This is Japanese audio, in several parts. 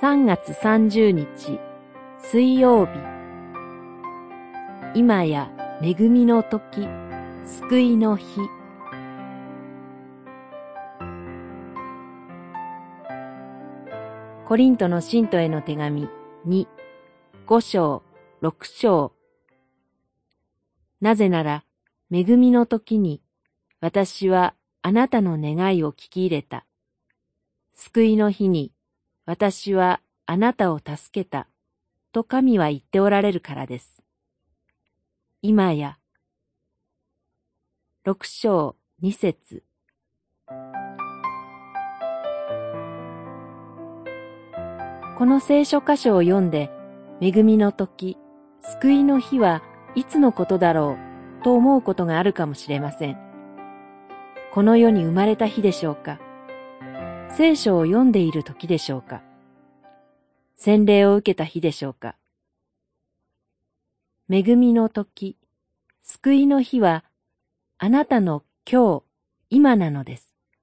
3月30日水曜日。今や恵みの時、救いの日。コリントの信徒への手紙2、5章、6章。なぜなら、恵みの時に、私はあなたの願いを聞き入れた。救いの日に、私はあなたを助けた、と神は言っておられるからです。今や、6章2節。この聖書箇所を読んで、恵みの時、救いの日はいつのことだろうと思うことがあるかもしれません。この世に生まれた日でしょうか。聖書を読んでいる時でしょうか。洗礼を受けた日でしょうか。恵みの時、救いの日は、あなたの今日、今なのです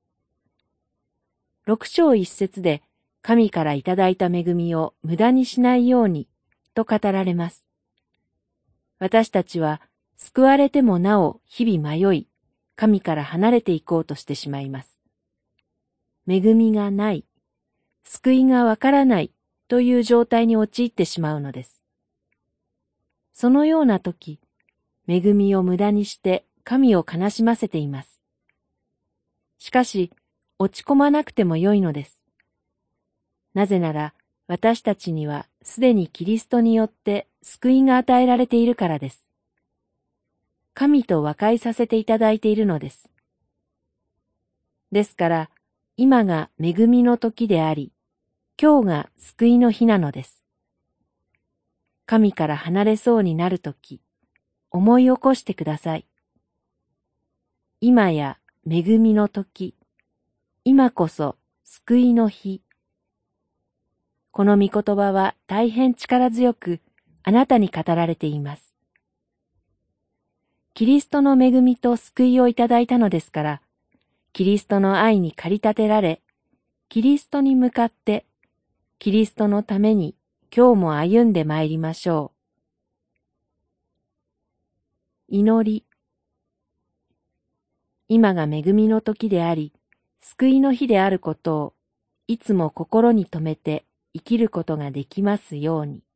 。6章1節で、神からいただいた恵みを無駄にしないように、と語られます。私たちは、救われてもなお日々迷い、神から離れていこうとしてしまいます。恵みがない、救いがわからないという状態に陥ってしまうのです。そのような時、恵みを無駄にして神を悲しませています。しかし、落ち込まなくてもよいのです。なぜなら、私たちにはすでにキリストによって救いが与えられているからです。神と和解させていただいているのです。ですから、今が恵みの時であり、今日が救いの日なのです。神から離れそうになるとき、思い起こしてください。今や恵みの時、今こそ救いの日。この御言葉は大変力強くあなたに語られています。キリストの恵みと救いをいただいたのですから、キリストの愛に駆り立てられ、キリストに向かって、キリストのために今日も歩んでまいりましょう。祈り。今が恵みの時であり、救いの日であることを、いつも心に留めて生きることができますように。